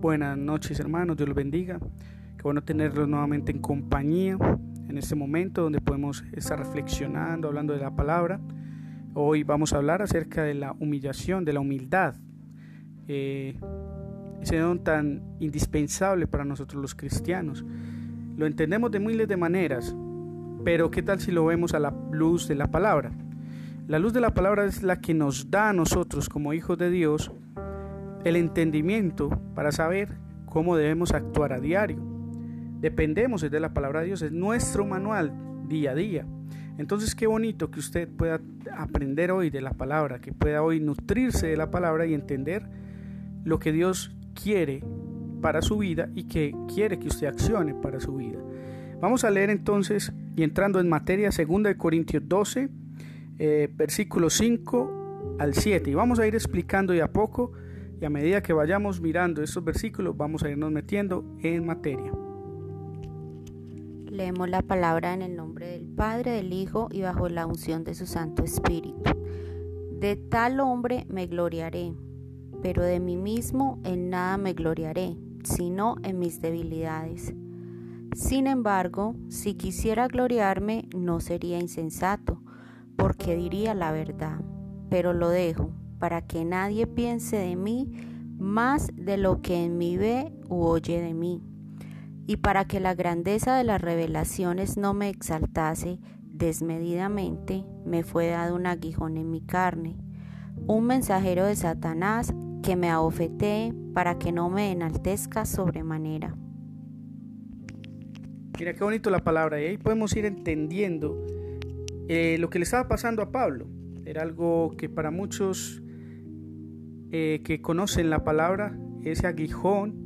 Buenas noches, hermanos, Dios los bendiga. Qué bueno tenerlos nuevamente en compañía en este momento donde podemos estar reflexionando, hablando de la palabra. Hoy vamos a hablar acerca de la humillación, de la humildad, ese don tan indispensable para nosotros los cristianos. Lo entendemos de miles de maneras, pero ¿qué tal si lo vemos a la luz de la palabra? La luz de la palabra es la que nos da a nosotros como hijos de Dios el entendimiento para saber cómo debemos actuar a diario. Dependemos de la palabra de Dios, es nuestro manual día a día. Entonces qué bonito que usted pueda aprender hoy de la palabra, que pueda hoy nutrirse de la palabra y entender lo que Dios quiere para su vida y que quiere que usted accione para su vida. Vamos a leer entonces y entrando en materia 2 Corintios 12, versículos 5 al 7, y vamos a ir explicando de a poco. Y a medida que vayamos mirando estos versículos, vamos a irnos metiendo en materia. Leemos la palabra en el nombre del Padre, del Hijo y bajo la unción de su Santo Espíritu. De tal hombre me gloriaré, pero de mí mismo en nada me gloriaré, sino en mis debilidades. Sin embargo, si quisiera gloriarme, no sería insensato, porque diría la verdad, pero lo dejo, para que nadie piense de mí más de lo que en mí ve u oye de mí, y para que la grandeza de las revelaciones no me exaltase desmedidamente, me fue dado un aguijón en mi carne, un mensajero de Satanás que me abofetee para que no me enaltezca sobremanera. Mira qué bonito la palabra, y ahí podemos ir entendiendo lo que le estaba pasando a Pablo. Era algo que para muchos que conocen la palabra, ese aguijón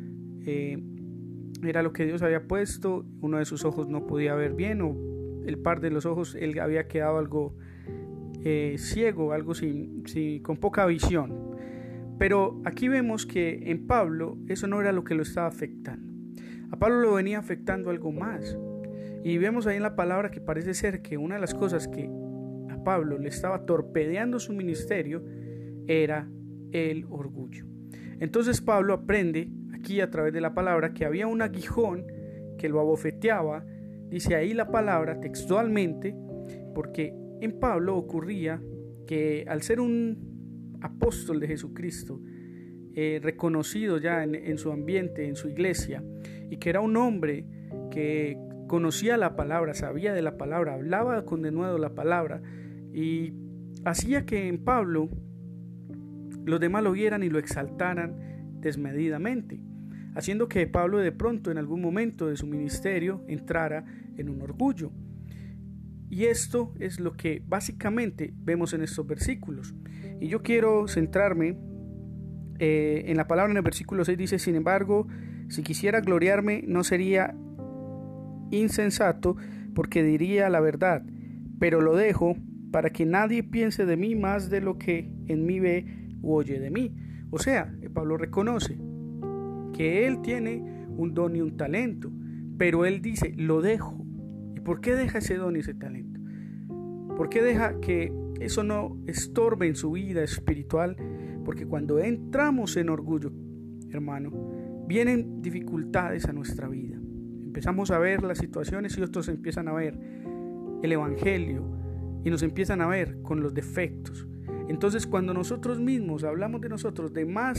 era lo que Dios había puesto. Uno de sus ojos no podía ver bien, o el par de los ojos él había quedado algo ciego, algo con poca visión. Pero aquí vemos que en Pablo eso no era lo que lo estaba afectando. A Pablo lo venía afectando algo más, y vemos ahí en la palabra que parece ser que una de las cosas que a Pablo le estaba torpedeando su ministerio era el orgullo. Entonces Pablo aprende aquí a través de la palabra que había un aguijón que lo abofeteaba. Dice ahí la palabra textualmente, porque en Pablo ocurría que al ser un apóstol de Jesucristo, reconocido ya en su ambiente, en su iglesia, y que era un hombre que conocía la palabra, sabía de la palabra, hablaba con denuedo la palabra, y hacía que en Pablo los demás lo vieran y lo exaltaran desmedidamente, haciendo que Pablo de pronto en algún momento de su ministerio entrara en un orgullo. Y esto es lo que básicamente vemos en estos versículos. Y yo quiero centrarme en la palabra. En el versículo 6 dice: sin embargo, si quisiera gloriarme, no sería insensato, porque diría la verdad, pero lo dejo para que nadie piense de mí más de lo que en mí ve u oye de mí. O sea, Pablo reconoce que él tiene un don y un talento, pero él dice, lo dejo. ¿Y por qué deja ese don y ese talento? ¿Por qué deja que eso no estorbe en su vida espiritual? Porque cuando entramos en orgullo, hermano, vienen dificultades a nuestra vida. Empezamos a ver las situaciones y otros empiezan a ver el evangelio y nos empiezan a ver con los defectos. Entonces, cuando nosotros mismos hablamos de nosotros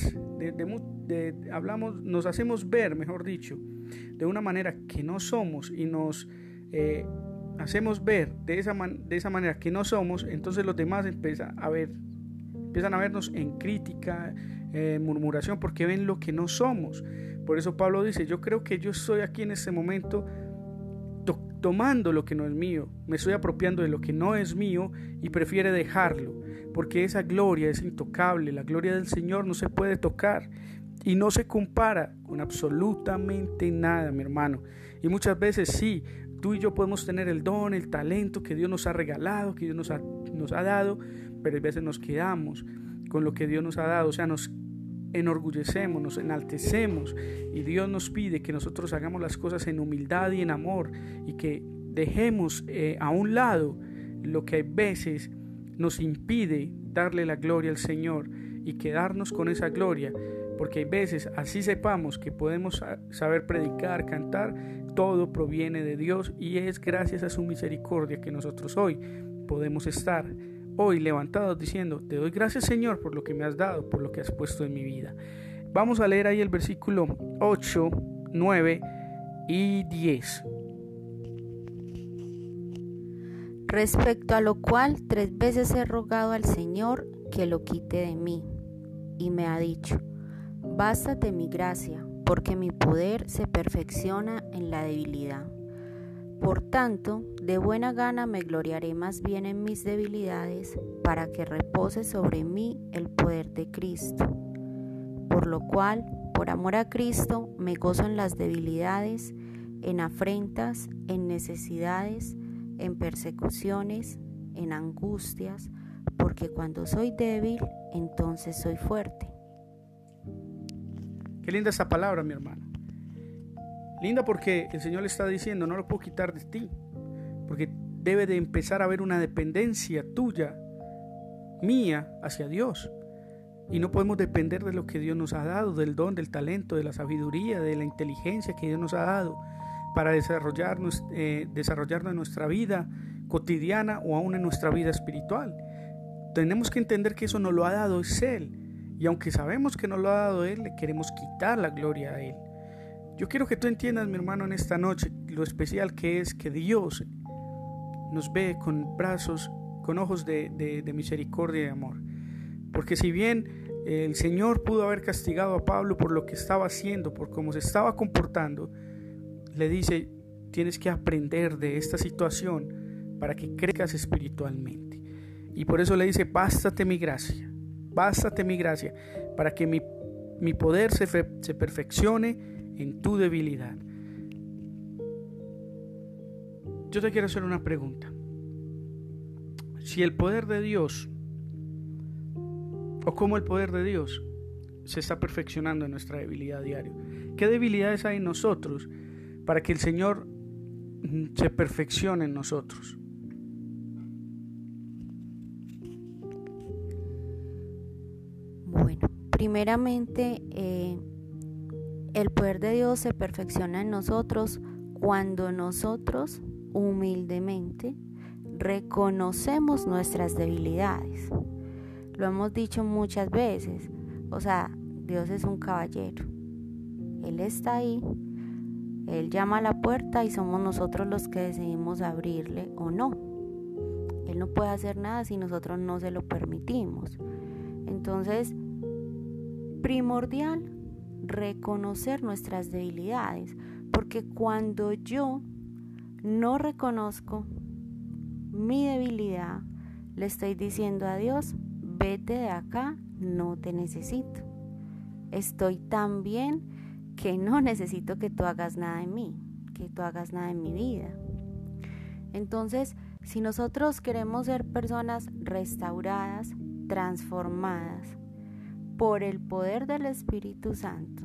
nos hacemos ver, mejor dicho, de una manera que no somos, y nos hacemos ver de esa manera que no somos, entonces los demás empiezan a vernos en crítica, en murmuración, porque ven lo que no somos. Por eso Pablo dice: yo creo que yo estoy aquí en este momento tomando lo que no es mío, me estoy apropiando de lo que no es mío, y prefiere dejarlo, porque esa gloria es intocable. La gloria del Señor no se puede tocar y no se compara con absolutamente nada, mi hermano. Y muchas veces sí, tú y yo podemos tener el don, el talento que Dios nos ha regalado, que Dios nos ha dado, pero a veces nos quedamos con lo que Dios nos ha dado, o sea, nos enorgullecemos, nos enaltecemos, y Dios nos pide que nosotros hagamos las cosas en humildad y en amor, y que dejemos a un lado lo que a veces nos impide darle la gloria al Señor y quedarnos con esa gloria porque hay veces, así sepamos que podemos saber predicar, cantar, todo proviene de Dios y es gracias a su misericordia que nosotros hoy podemos estar hoy levantados diciendo: te doy gracias, Señor, por lo que me has dado, por lo que has puesto en mi vida. Vamos a leer ahí el versículo 8, 9 y 10. Respecto a lo cual 3 veces he rogado al Señor que lo quite de mí, y me ha dicho: bástate mi gracia, porque mi poder se perfecciona en la debilidad. Por tanto, de buena gana me gloriaré más bien en mis debilidades, para que repose sobre mí el poder de Cristo. Por lo cual, por amor a Cristo, me gozo en las debilidades, en afrentas, en necesidades, en persecuciones, en angustias, porque cuando soy débil, entonces soy fuerte. Qué linda esa palabra, mi hermano. Linda porque el Señor le está diciendo: no lo puedo quitar de ti, porque debe de empezar a haber una dependencia tuya, mía, hacia Dios. Y no podemos depender de lo que Dios nos ha dado, del don, del talento, de la sabiduría, de la inteligencia que Dios nos ha dado para desarrollarnos en nuestra vida cotidiana o aún en nuestra vida espiritual. Tenemos que entender que eso nos lo ha dado es Él, y aunque sabemos que nos lo ha dado Él, le queremos quitar la gloria a Él. Yo quiero que tú entiendas, mi hermano, en esta noche lo especial que es que Dios nos ve con ojos de misericordia y de amor. Porque si bien el Señor pudo haber castigado a Pablo por lo que estaba haciendo, por cómo se estaba comportando, le dice: tienes que aprender de esta situación para que crezcas espiritualmente. Y por eso le dice: bástate mi gracia, para que mi poder se perfeccione en tu debilidad. Yo te quiero hacer una pregunta. Si el poder de Dios, o cómo el poder de Dios se está perfeccionando en nuestra debilidad diaria, ¿qué debilidades hay en nosotros para que el Señor se perfeccione en nosotros? Bueno, primeramente, el poder de Dios se perfecciona en nosotros cuando nosotros humildemente reconocemos nuestras debilidades. Lo hemos dicho muchas veces, Dios es un caballero. Él está ahí, Él llama a la puerta y somos nosotros los que decidimos abrirle o no. Él no puede hacer nada si nosotros no se lo permitimos. Entonces, primordial reconocer nuestras debilidades, porque cuando yo no reconozco mi debilidad, le estoy diciendo a Dios: vete de acá, no te necesito. Estoy tan bien que no necesito que tú hagas nada en mí, que tú hagas nada en mi vida. Entonces, si nosotros queremos ser personas restauradas, transformadas por el poder del Espíritu Santo,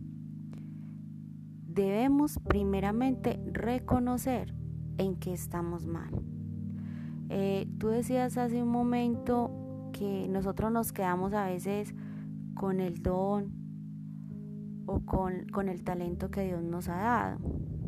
debemos primeramente reconocer en qué estamos mal. Tú decías hace un momento que nosotros nos quedamos a veces con el don o con el talento que Dios nos ha dado.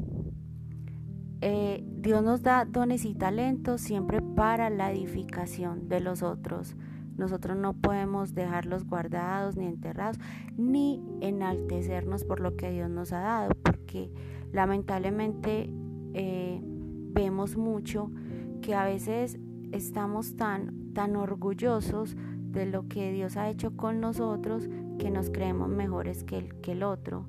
Dios nos da dones y talentos siempre para la edificación de los otros. Nosotros no podemos dejarlos guardados ni enterrados, ni enaltecernos por lo que Dios nos ha dado, porque lamentablemente vemos mucho que a veces estamos tan orgullosos de lo que Dios ha hecho con nosotros que nos creemos mejores que el otro.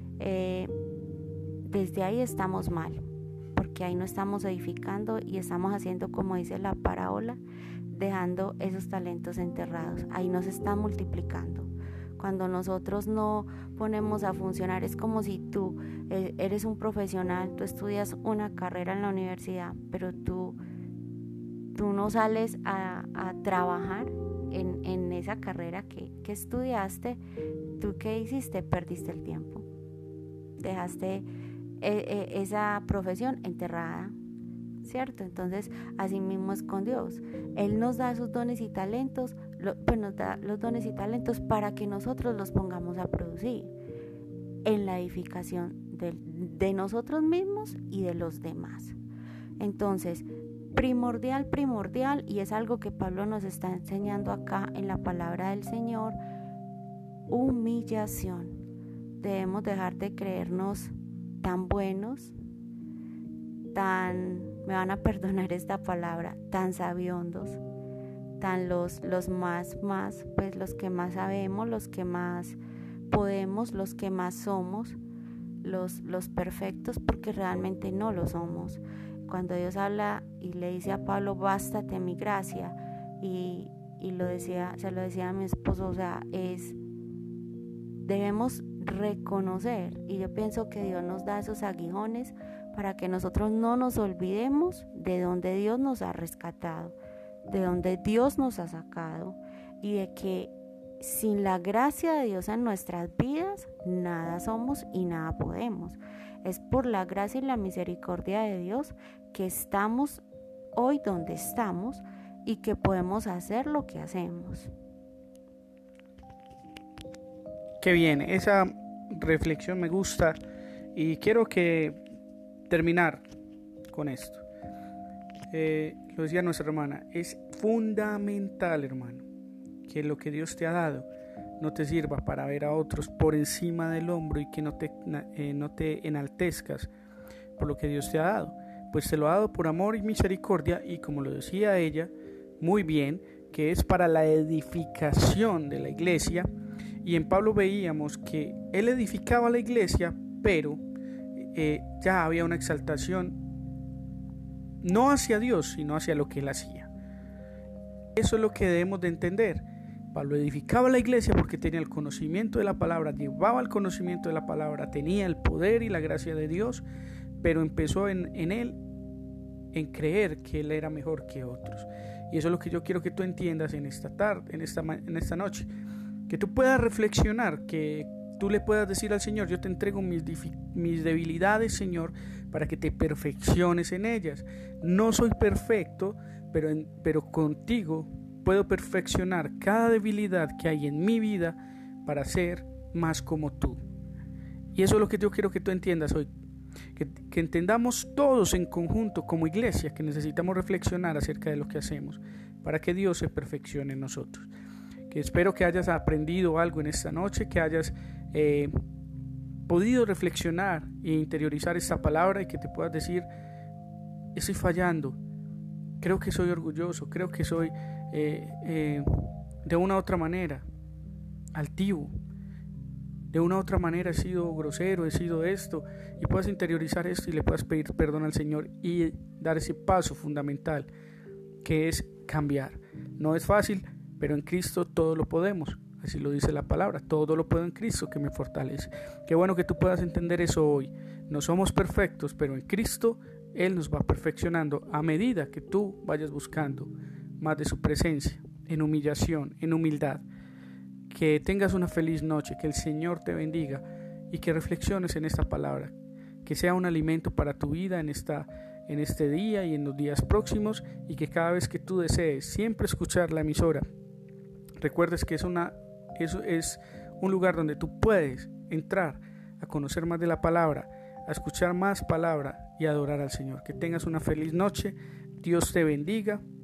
Desde ahí estamos mal, porque ahí no estamos edificando y estamos haciendo, como dice la parábola, dejando esos talentos enterrados. Ahí no se está multiplicando. Cuando nosotros no ponemos a funcionar, es como si tú eres un profesional, tú estudias una carrera en la universidad, pero tú no sales a trabajar en esa carrera que estudiaste. ¿Tú qué hiciste? Perdiste el tiempo. Dejaste esa profesión enterrada, ¿cierto? Entonces, así mismo es con Dios. Él nos da sus dones y talentos, pues nos da los dones y talentos para que nosotros los pongamos a producir en la edificación de nosotros mismos y de los demás. Entonces, primordial, y es algo que Pablo nos está enseñando acá en la palabra del Señor: humillación. Debemos dejar de creernos tan buenos, me van a perdonar esta palabra, tan sabiondos, tan los más, pues los que más sabemos, los que más podemos, los que más somos, los perfectos, porque realmente no lo somos. Cuando Dios habla y le dice a Pablo: bástate mi gracia, y se lo decía a mi esposo, o sea, debemos reconocer, y yo pienso que Dios nos da esos aguijones para que nosotros no nos olvidemos de donde Dios nos ha rescatado, de donde Dios nos ha sacado, y de que sin la gracia de Dios en nuestras vidas nada somos y nada podemos. Es por la gracia y la misericordia de Dios que estamos hoy donde estamos y que podemos hacer lo que hacemos. Qué bien, esa reflexión me gusta, y quiero terminar con esto. Lo decía nuestra hermana, es fundamental, hermano, que lo que Dios te ha dado no te sirva para ver a otros por encima del hombro, y que no te enaltezcas por lo que Dios te ha dado, pues te lo ha dado por amor y misericordia, y como lo decía ella muy bien, que es para la edificación de la iglesia. Y en Pablo veíamos que él edificaba la iglesia, pero ya había una exaltación no hacia Dios, sino hacia lo que él hacía. Eso es lo que debemos de entender. Pablo edificaba la iglesia porque tenía el conocimiento de la palabra, llevaba el conocimiento de la palabra, tenía el poder y la gracia de Dios, pero empezó en él en creer que él era mejor que otros. Y eso es lo que yo quiero que tú entiendas en esta tarde, en esta noche. Que tú puedas reflexionar, que tú le puedas decir al Señor: yo te entrego mis debilidades, Señor, para que te perfecciones en ellas. No soy perfecto, pero contigo puedo perfeccionar cada debilidad que hay en mi vida para ser más como tú. Y eso es lo que yo quiero que tú entiendas hoy. Que entendamos todos en conjunto como iglesia que necesitamos reflexionar acerca de lo que hacemos para que Dios se perfeccione en nosotros. Que espero que hayas aprendido algo en esta noche, que hayas podido reflexionar e interiorizar esta palabra, y que te puedas decir: estoy fallando, creo que soy orgulloso, creo que soy de una u otra manera altivo, de una u otra manera he sido grosero, he sido esto, y puedas interiorizar esto y le puedas pedir perdón al Señor y dar ese paso fundamental que es cambiar. No es fácil, pero en Cristo todo lo podemos. Así lo dice la palabra: todo lo puedo en Cristo que me fortalece. Qué bueno que tú puedas entender eso hoy. No somos perfectos, pero en Cristo Él nos va perfeccionando a medida que tú vayas buscando más de su presencia, en humillación, en humildad. Que tengas una feliz noche, que el Señor te bendiga, y que reflexiones en esta palabra, que sea un alimento para tu vida en este día y en los días próximos, y que cada vez que tú desees siempre escuchar la emisora, recuerdes que eso es un lugar donde tú puedes entrar a conocer más de la palabra, a escuchar más palabra y a adorar al Señor. Que tengas una feliz noche, Dios te bendiga.